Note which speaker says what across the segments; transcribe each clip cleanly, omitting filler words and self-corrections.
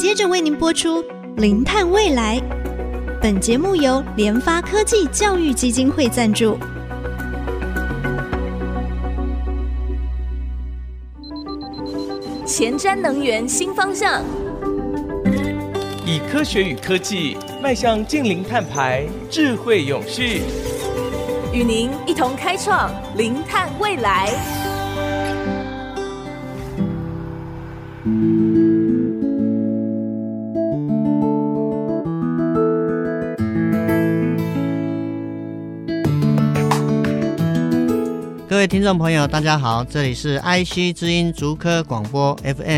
Speaker 1: 接着为您播出零碳未来。本节目由联发科技教育基金会赞助。
Speaker 2: 前瞻能源新方向，
Speaker 3: 以科学与科技迈向净零碳排，智慧永续，
Speaker 2: 与您一同开创零碳未来。
Speaker 4: 各位听众朋友大家好，这里是 IC 之音竹科广播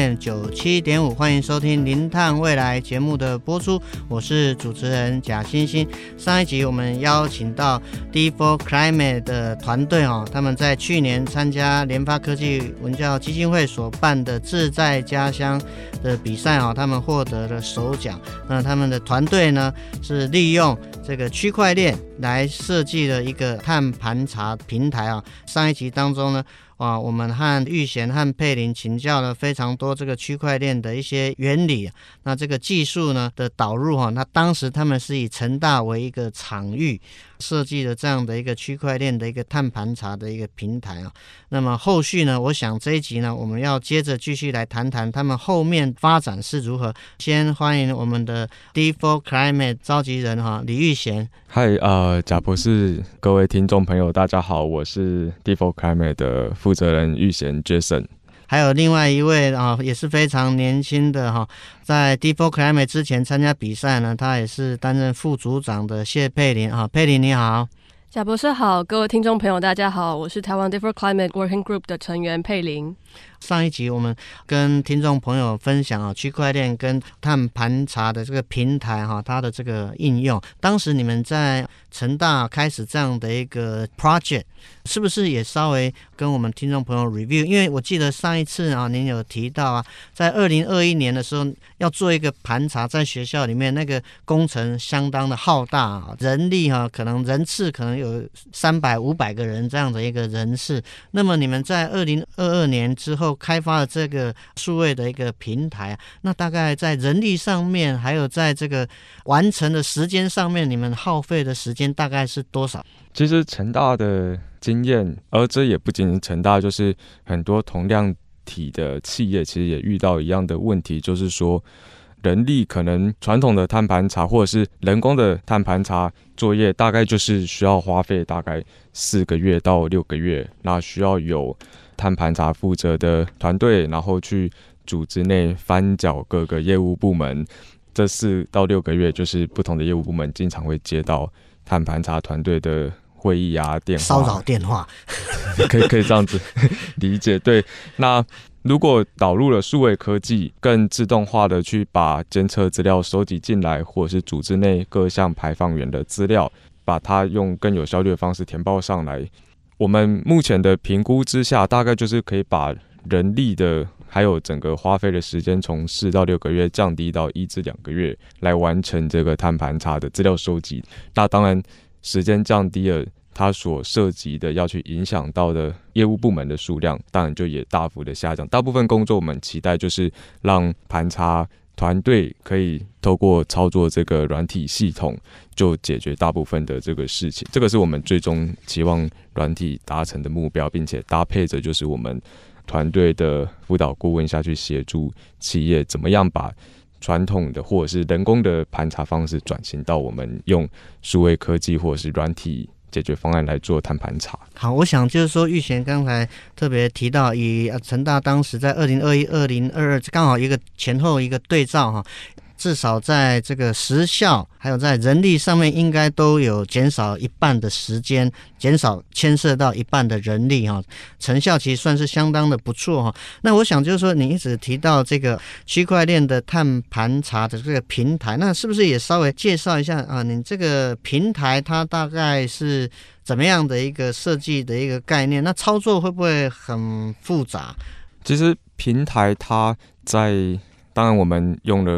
Speaker 4: FM97.5， 欢迎收听零碳未来节目的播出，我是主持人贾欣欣。上一集我们邀请到 D4 Climate 的团队他们在去年参加联发科技文教基金会所办的志在家乡的比赛他们获得了首奖。那他们的团队呢是利用这个区块链来设计了一个碳盘查平台上一集当中呢我们和玉贤和佩玲请教了非常多这个区块链的一些原理。那这个技术呢的导入那当时他们是以成大为一个场域设计了这样的一个区块链的一个碳盘查的一个平台那么后续呢，我想这一集呢我们要接着继续来谈谈他们后面发展是如何。先欢迎我们的 D4 Climate 召集人李玉贤。
Speaker 5: 嗨，贾博士，各位听众朋友大家好，我是 D4 Climate 的负责人玉贤 Jason。
Speaker 4: 还有另外一位也是非常年轻的在 D4 Climate 之前参加比赛呢，他也是担任副组长的谢佩玲佩玲你好。
Speaker 6: 贾博士好，各位听众朋友大家好，我是台湾 D4 Climate Working Group 的成员佩玲。
Speaker 4: 上一集我们跟听众朋友分享区块链跟碳盘查的这个平台它的这个应用。当时你们在成大开始这样的一个 project， 是不是也稍微跟我们听众朋友 review？ 因为我记得上一次您有提到在2021年的时候要做一个盘查，在学校里面那个工程相当的浩大人力可能人次可能有300-500个人这样的一个人次。那么你们在2022年之后开发了这个数位的一个平台，那大概在人力上面还有在这个完成的时间上面，你们耗费的时间大概是多少？
Speaker 5: 其实成大的经验，而这也不仅是成大，就是很多同量体的企业其实也遇到一样的问题，就是说人力可能传统的碳盘查或者是人工的碳盘查作业大概就是需要花费大概4个月到6个月，那需要有碳盘查负责的团队，然后去组织内翻搅各个业务部门。这4到6个月就是不同的业务部门经常会接到碳盘查团队的会议电话
Speaker 4: 骚扰电话
Speaker 5: 可以这样子理解。对，那如果导入了数位科技，更自动化的去把监测资料收集进来，或者是组织内各项排放源的资料，把它用更有效率的方式填报上来，我们目前的评估之下，大概就是可以把人力的还有整个花费的时间从4到6个月降低到1至2个月，来完成这个碳盘查的资料收集。那当然时间降低了，它所涉及的要去影响到的业务部门的数量当然就也大幅的下降。大部分工作我们期待就是让盘查团队可以透过操作这个软体系统就解决大部分的这个事情，这个是我们最终期望软体达成的目标，并且搭配着就是我们团队的辅导顾问下去协助企业怎么样把传统的或者是人工的盘查方式转型到我们用数位科技或者是软体解决方案来做碳盘查。
Speaker 4: 好，我想就是说玉贤刚才特别提到以成大当时在2021、2022刚好一个前后一个对照至少在这个时效还有在人力上面应该都有减少一半的时间，减少牵涉到一半的人力成效其实算是相当的不错那我想就是说你一直提到这个区块链的碳盘查的这个平台，那是不是也稍微介绍一下你这个平台它大概是怎么样的一个设计的一个概念？那操作会不会很复杂？
Speaker 5: 其实平台它当然我们用了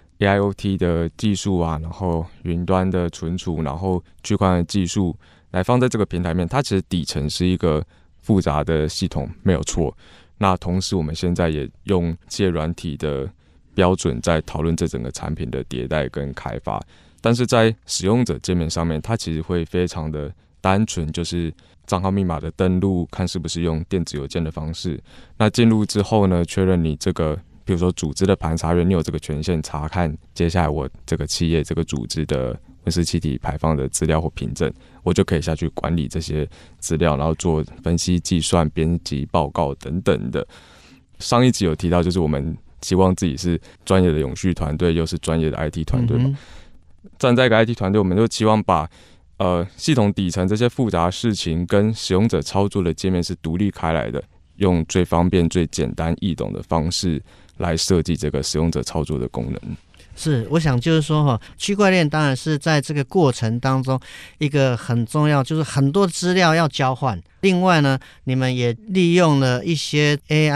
Speaker 5: AIoT 的技术然后云端的存储，然后区块链的技术来放在这个平台面，它其实底层是一个复杂的系统没有错。那同时我们现在也用企业软体的标准在讨论这整个产品的迭代跟开发。但是在使用者界面上面，它其实会非常的单纯，就是账号密码的登录，看是不是用电子邮件的方式。那进入之后呢，确认你这个比如说组织的盘查员，你有这个权限查看接下来我这个企业这个组织的温室气体排放的资料或凭证，我就可以下去管理这些资料，然后做分析、计算、编辑报告等等的。上一集有提到，就是我们希望自己是专业的永续团队，又是专业的 IT 团队嘛。站在一个 IT 团队，我们就期望把系统底层这些复杂事情跟使用者操作的界面是独立开来的，用最方便、最简单易懂的方式来设计这个使用者操作的功能。
Speaker 4: 是，我想就是说区块链当然是在这个过程当中一个很重要，就是很多资料要交换。另外呢，你们也利用了一些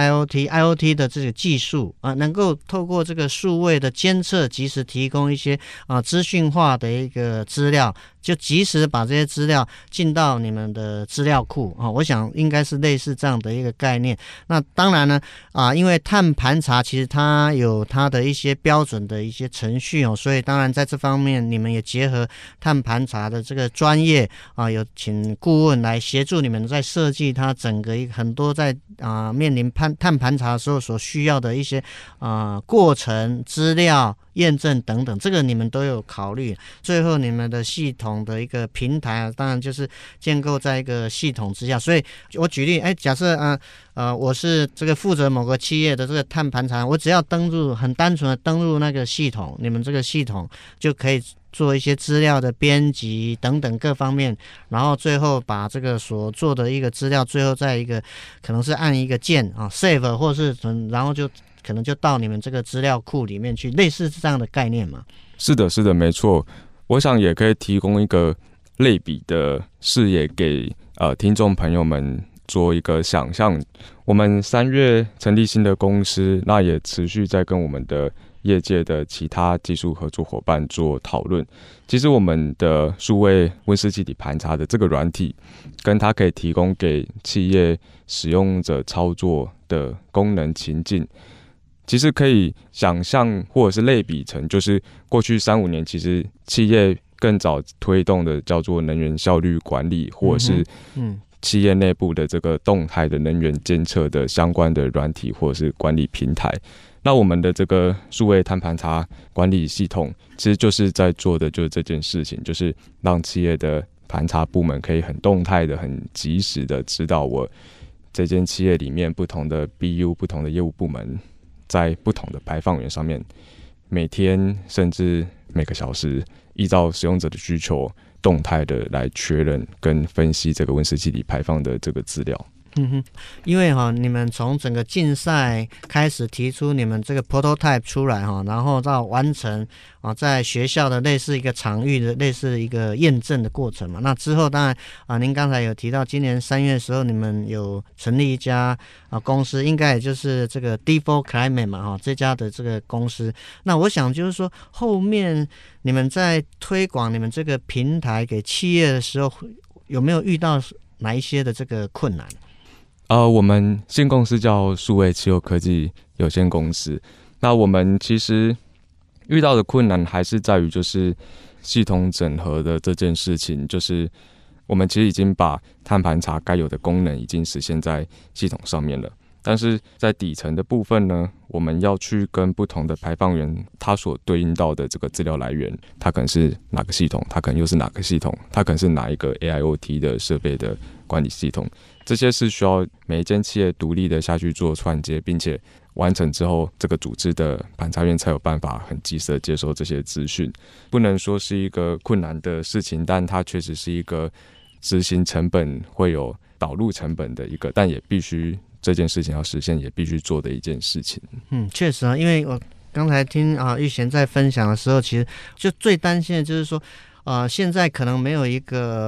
Speaker 4: IoT 的这个技术能够透过这个数位的监测，及时提供一些资讯化的一个资料，就及时把这些资料进到你们的资料库我想应该是类似这样的一个概念。那当然呢因为碳盘查其实它有它的一些标准的一些程序所以当然在这方面你们也结合碳盘查的这个专业有请顾问来协助你们在设计它整个很多在面临碳盘查的时候所需要的一些过程、资料、验证等等，这个你们都有考虑。最后你们的系统的一个平台当然就是建构在一个系统之下。所以我举例假设我是这个负责某个企业的这个碳盘查，我只要很单纯的登入那个系统，你们这个系统就可以做一些资料的编辑等等各方面，然后最后把这个所做的一个资料，最后在一个可能是按一个键save， 或是然后就可能就到你们这个资料库里面去，类似这样的概念嘛？
Speaker 5: 是的，是的，没错。我想也可以提供一个类比的视野给听众朋友们做一个想象。我们3月成立新的公司，那也持续在跟我们的业界的其他技术合作伙伴做讨论。其实我们的数位温室气体盘查的这个软体，跟它可以提供给企业使用者操作的功能情境，其实可以想象或者是类比成，就是过去3-5年其实企业更早推动的叫做能源效率管理，或者是企业内部的这个动态的能源监测的相关的软体或者是管理平台。那我们的这个数位碳盘查管理系统，其实就是在做的就是这件事情，就是让企业的盘查部门可以很动态的、很及时的知道我这间企业里面不同的 BU、不同的业务部门在不同的排放源上面，每天甚至每个小时，依照使用者的需求，动态的来确认跟分析这个温室气体排放的这个资料。
Speaker 4: 因为你们从整个竞赛开始提出你们这个 prototype 出来然后到完成在学校的类似一个场域的类似一个验证的过程嘛。那之后当然您刚才有提到今年3月的时候你们有成立一家公司，应该也就是这个 D4 Climate 嘛这家的这个公司。那我想就是说后面你们在推广你们这个平台给企业的时候，有没有遇到哪一些的这个困难？
Speaker 5: 我们新公司叫数位气候科技有限公司。那我们其实遇到的困难还是在于就是系统整合的这件事情，就是我们其实已经把碳盘查该有的功能已经实现在系统上面了，但是在底层的部分呢，我们要去跟不同的排放源它所对应到的这个资料来源，它可能是哪个系统，它可能又是哪个系统，它可能是哪一个 AIoT 的设备的管理系统，这些是需要每一间企业独立的下去做串接，并且完成之后，这个组织的盘查员才有办法很及时的接收这些资讯。不能说是一个困难的事情，但它确实是一个执行成本会有导入成本的一个，但也必须这件事情要实现，也必须做的一件事情。
Speaker 4: 确实因为我刚才听玉贤在分享的时候，其实就最担心的就是说，现在可能没有一个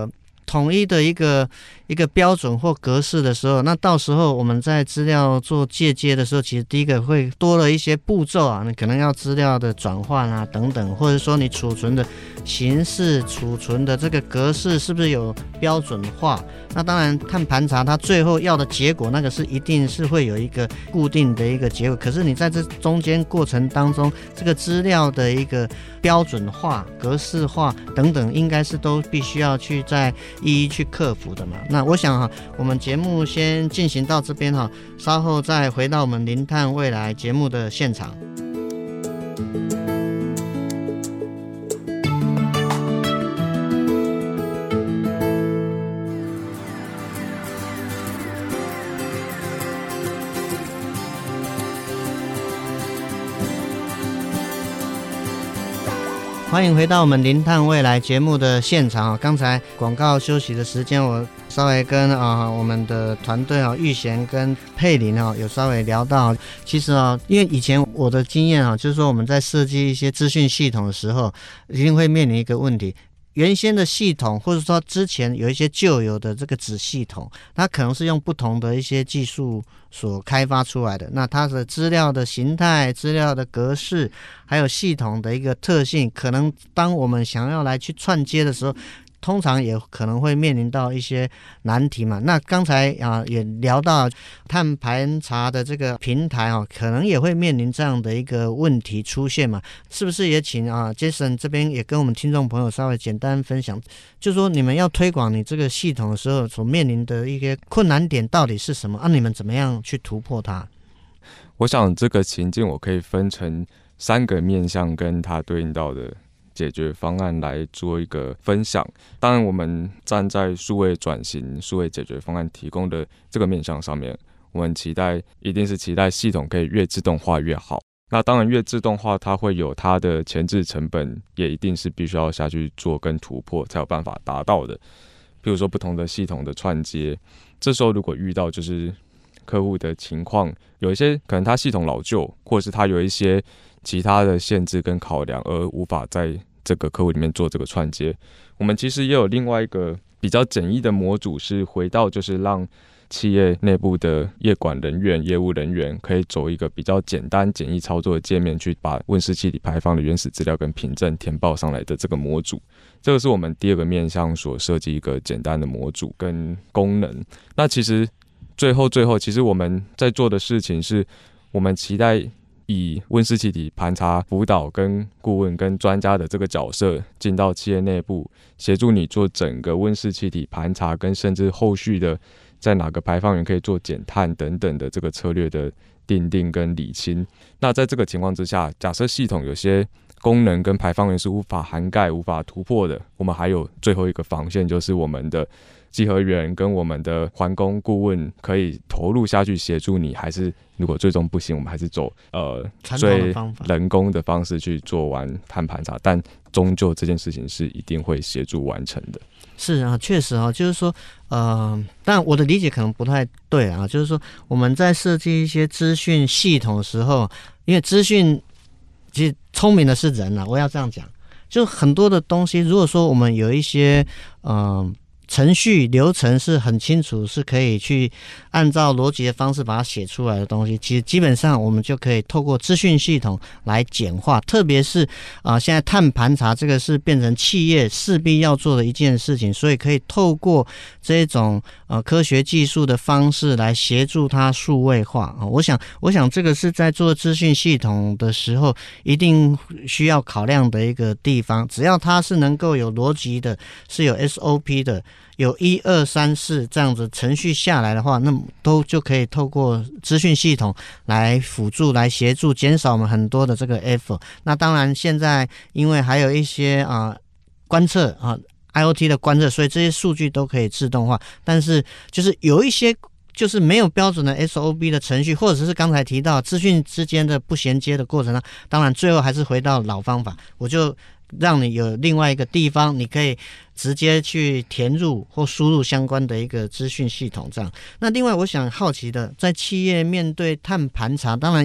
Speaker 4: 统一的一个标准或格式的时候，那到时候我们在资料做借接的时候，其实第一个会多了一些步骤啊，你可能要资料的转换啊等等，或者说你储存的形式、储存的这个格式是不是有标准化？那当然碳盘查它最后要的结果，那个是一定是会有一个固定的一个结果，可是你在这中间过程当中，这个资料的一个标准化、格式化等等，应该是都必须要去再一一去克服的嘛。那我想我们节目先进行到这边稍后再回到我们零碳未来节目的现场。欢迎回到我们零碳未来节目的现场。刚才广告休息的时间，我稍微跟我们的团队玉贤跟佩玲有稍微聊到，其实因为以前我的经验就是说我们在设计一些资讯系统的时候，一定会面临一个问题。原先的系统或者说之前有一些旧有的这个子系统，它可能是用不同的一些技术所开发出来的，那它的资料的形态、资料的格式还有系统的一个特性，可能当我们想要来去串接的时候，通常也可能会面临到一些难题嘛。那刚才也聊到碳盘查的这个平台可能也会面临这样的一个问题出现嘛？是不是也请Jason 这边也跟我们听众朋友稍微简单分享，就是说你们要推广你这个系统的时候所面临的一些困难点到底是什么你们怎么样去突破它？
Speaker 5: 我想这个情境我可以分成3个面向跟它对应到的解决方案来做一个分享。当然我们站在数位转型、数位解决方案提供的这个面向上面，我们一定是期待系统可以越自动化越好。那当然越自动化它会有它的前置成本，也一定是必须要下去做跟突破才有办法达到的。比如说不同的系统的串接，这时候如果遇到就是客户的情况，有一些可能他系统老旧，或者是他有一些其他的限制跟考量而无法在这个客户里面做这个串接，我们其实也有另外一个比较简易的模组，是回到就是让企业内部的业管人员、业务人员可以走一个比较简单简易操作的界面，去把温室气体排放的原始资料跟凭证填报上来的这个模组。这个是我们第2个面向所设计一个简单的模组跟功能。那其实最后其实我们在做的事情是，我们期待以温室气体盘查辅导跟顾问跟专家的这个角色进到企业内部，协助你做整个温室气体盘查跟甚至后续的在哪个排放源可以做减碳等等的这个策略的订定跟理清。那在这个情况之下，假设系统有些功能跟排放源是无法涵盖、无法突破的，我们还有最后一个防线，就是我们的稽核员跟我们的环工顾问可以投入下去协助你，还是如果最终不行，我们还是走最人工的方式去做完碳盘查，但终究这件事情是一定会协助完成的。
Speaker 4: 是啊，确实就是说但我的理解可能不太对就是说我们在设计一些资讯系统的时候，因为资讯其实聪明的是人我要这样讲，就很多的东西，如果说我们有一些程序流程是很清楚，是可以去按照逻辑的方式把它写出来的东西，其实基本上我们就可以透过资讯系统来简化。特别是现在碳盘查这个是变成企业势必要做的一件事情，所以可以透过这种科学技术的方式来协助它数位化我想这个是在做资讯系统的时候一定需要考量的一个地方。只要它是能够有逻辑的，是有 SOP 的，有1、2、3、4这样子程序下来的话，那都就可以透过资讯系统来辅助、来协助，减少我们很多的这个 effort。那当然，现在因为还有一些观测IoT 的观测，所以这些数据都可以自动化。但是就是有一些就是没有标准的 SOP 的程序，或者是刚才提到资讯之间的不衔接的过程呢，当然最后还是回到老方法，我就让你有另外一个地方，你可以直接去填入或输入相关的一个资讯系统这样。那另外我想好奇的，在企业面对碳盘查，当然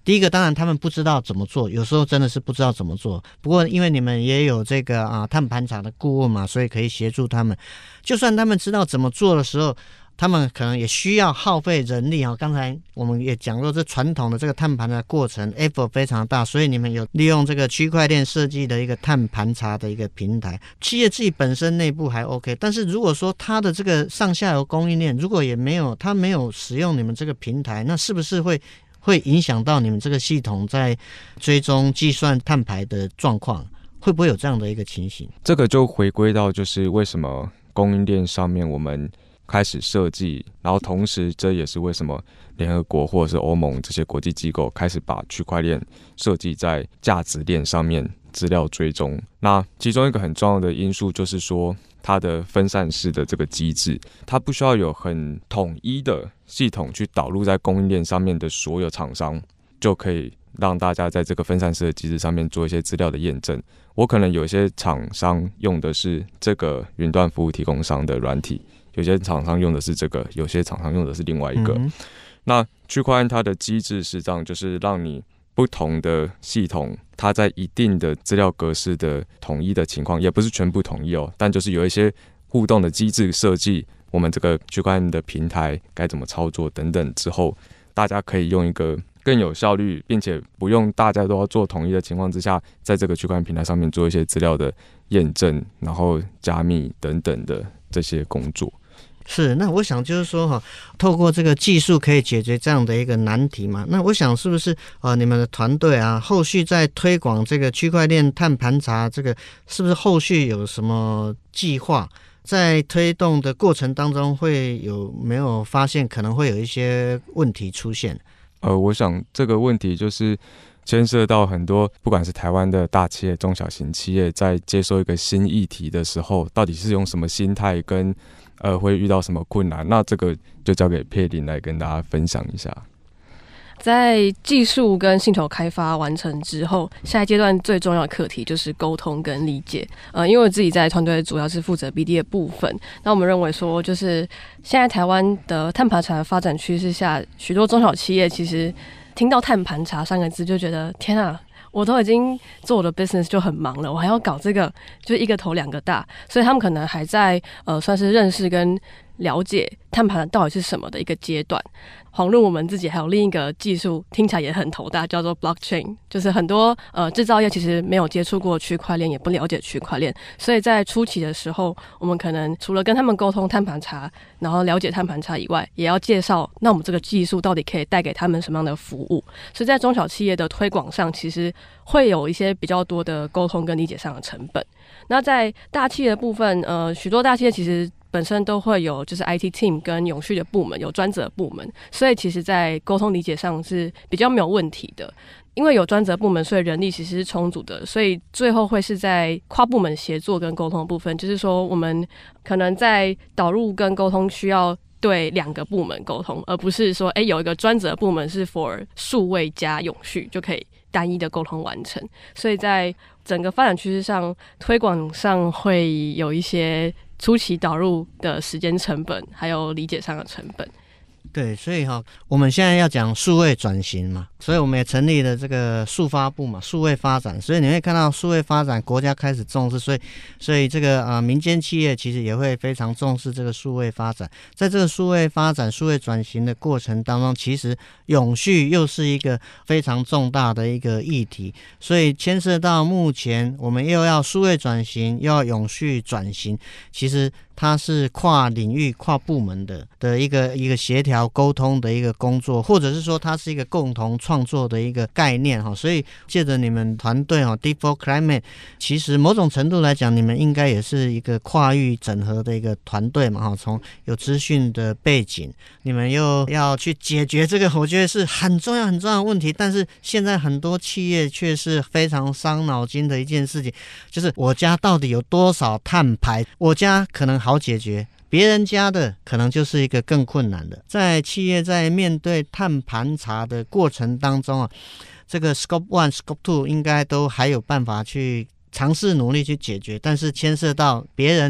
Speaker 4: 第一个当然他们不知道怎么做，有时候真的是不知道怎么做，不过因为你们也有这个碳盘查的顾问嘛，所以可以协助他们。就算他们知道怎么做的时候，他们可能也需要耗费人力。刚才我们也讲过，这传统的这个碳盘的过程 effort 非常大，所以你们有利用这个区块链设计的一个碳盘查的一个平台。企业自己本身内部还 OK， 但是如果说它的这个上下游供应链如果也没有，它没有使用你们这个平台，那是不是会影响到你们这个系统在追踪计算碳排的状况？会不会有这样的一个情形？
Speaker 5: 这个就回归到就是为什么供应链上面我们开始设计，然后同时这也是为什么联合国或者是欧盟这些国际机构开始把区块链设计在价值链上面资料追踪。那其中一个很重要的因素就是说它的分散式的这个机制，它不需要有很统一的系统去导入在供应链上面的所有厂商，就可以让大家在这个分散式的机制上面做一些资料的验证。我可能有些厂商用的是这个云端服务提供商的软体，有些厂商用的是这个，有些厂商用的是另外一个。那区块链它的机制是这样，就是让你不同的系统，它在一定的资料格式的统一的情况，也不是全部统一哦，但就是有一些互动的机制设计，我们这个区块链的平台该怎么操作等等之后，大家可以用一个更有效率，并且不用大家都要做统一的情况之下，在这个区块链平台上面做一些资料的验证，然后加密等等的这些工作。
Speaker 4: 是，那我想就是说透过这个技术可以解决这样的一个难题嘛？那我想是不是你们的团队后续在推广这个区块链碳盘查，这个是不是后续有什么计划？在推动的过程当中，有没有发现可能会有一些问题出现？
Speaker 5: 我想这个问题就是牵涉到很多，不管是台湾的大企业、中小型企业，在接受一个新议题的时候，到底是用什么心态跟会遇到什么困难？那这个就交给佩玲来跟大家分享一下。
Speaker 6: 在技术跟系统开发完成之后，下一阶段最重要的课题就是沟通跟理解。因为我自己在团队主要是负责 BD 的部分，那我们认为说，就是现在台湾的碳盘查的发展趋势下，许多中小企业其实听到碳盘查3个字就觉得天啊，我都已经做我的 business 就很忙了，我还要搞这个，就一个头两个大，所以他们可能还在算是认识跟了解碳盘到底是什么的一个阶段。遑论我们自己还有另一个技术听起来也很头大，叫做 blockchain， 就是很多制造业其实没有接触过区块链，也不了解区块链，所以在初期的时候，我们可能除了跟他们沟通碳盘查，然后了解碳盘查以外，也要介绍那我们这个技术到底可以带给他们什么样的服务。所以在中小企业的推广上，其实会有一些比较多的沟通跟理解上的成本。那在大企业的部分，许多大企业其实本身都会有就是 IT team 跟永续的部门，有专责部门，所以其实在沟通理解上是比较没有问题的。因为有专责部门，所以人力其实是充足的，所以最后会是在跨部门协作跟沟通的部分，就是说我们可能在导入跟沟通需要对2个部门沟通，而不是说有一个专责部门是 for 数位加永续就可以单一的沟通完成。所以在整个发展趋势上，推广上会有一些初期导入的时间成本，还有理解上的成本。
Speaker 4: 对，所以我们现在要讲数位转型嘛，所以我们也成立了这个数发部嘛，数位发展。所以你会看到数位发展国家开始重视，所以这个民间企业其实也会非常重视这个数位发展。在这个数位发展、数位转型的过程当中，其实永续又是一个非常重大的一个议题，所以牵涉到目前我们又要数位转型，又要永续转型，其实它是跨领域、跨部门的一个协调沟通的一个工作，或者是说它是一个共同创作的一个概念。所以借着你们团队 D4 Climate， 其实某种程度来讲，你们应该也是一个跨域整合的一个团队嘛。从有资讯的背景，你们又要去解决这个我觉得是很重要的问题，但是现在很多企业却是非常伤脑筋的一件事情，就是我家到底有多少碳排，我家可能好解决，别人家的可能就是一个更困难的。在企业在面对碳盘查的过程当中这个 Scope 1、Scope 2应该都还有办法去尝试努力去解决，但是牵涉到别人的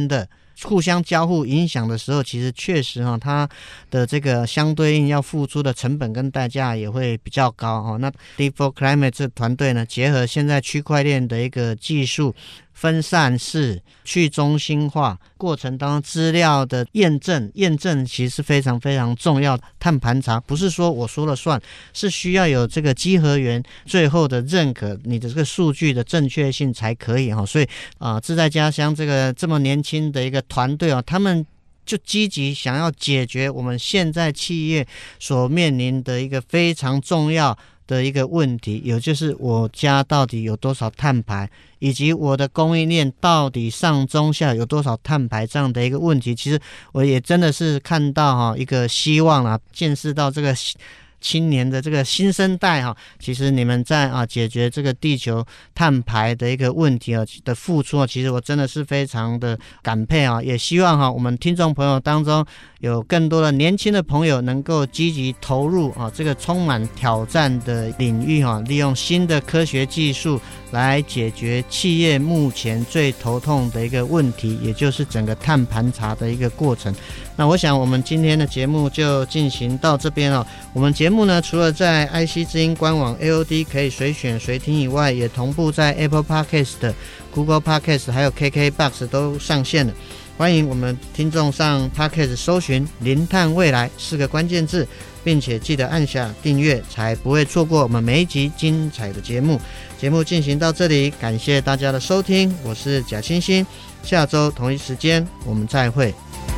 Speaker 4: 互相交互影响的时候，其实确实它的这个相对应要付出的成本跟代价也会比较高。那 Deep4Climate 这团队呢，结合现在区块链的一个技术，分散式、去中心化过程当中资料的验证其实是非常非常重要。碳盘查不是说我说了算，是需要有这个稽核员最后的认可你的这个数据的正确性才可以。所以自在家乡这么年轻的一个团队他们就积极想要解决我们现在企业所面临的一个非常重要的一个问题，也就是我家到底有多少碳排，以及我的供应链到底上中下有多少碳排这样的一个问题。其实我也真的是看到一个希望啦，见识到这个青年的这个新生代其实你们在解决这个地球碳排的一个问题的付出其实我真的是非常的感佩也希望我们听众朋友当中有更多的年轻的朋友能够积极投入这个充满挑战的领域利用新的科学技术来解决企业目前最头痛的一个问题，也就是整个碳盘查的一个过程。那我想我们今天的节目就进行到这边我们节目呢，除了在 IC 之音官网 AOD 可以随选随听以外，也同步在 Apple Podcast、Google Podcast 还有 KKBOX 都上线了。欢迎我们听众上 Podcast 搜寻零碳未来4个关键字，并且记得按下订阅，才不会错过我们每一集精彩的节目。节目进行到这里，感谢大家的收听，我是贾欣欣，下周同一时间我们再会。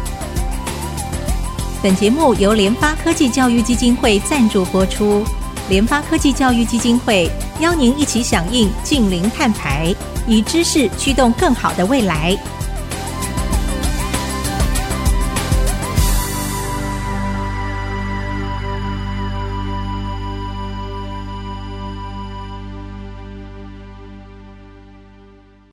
Speaker 7: 本节目由联发科技教育基金会赞助播出。联发科技教育基金会邀您一起响应净零碳排，以知识驱动更好的未来。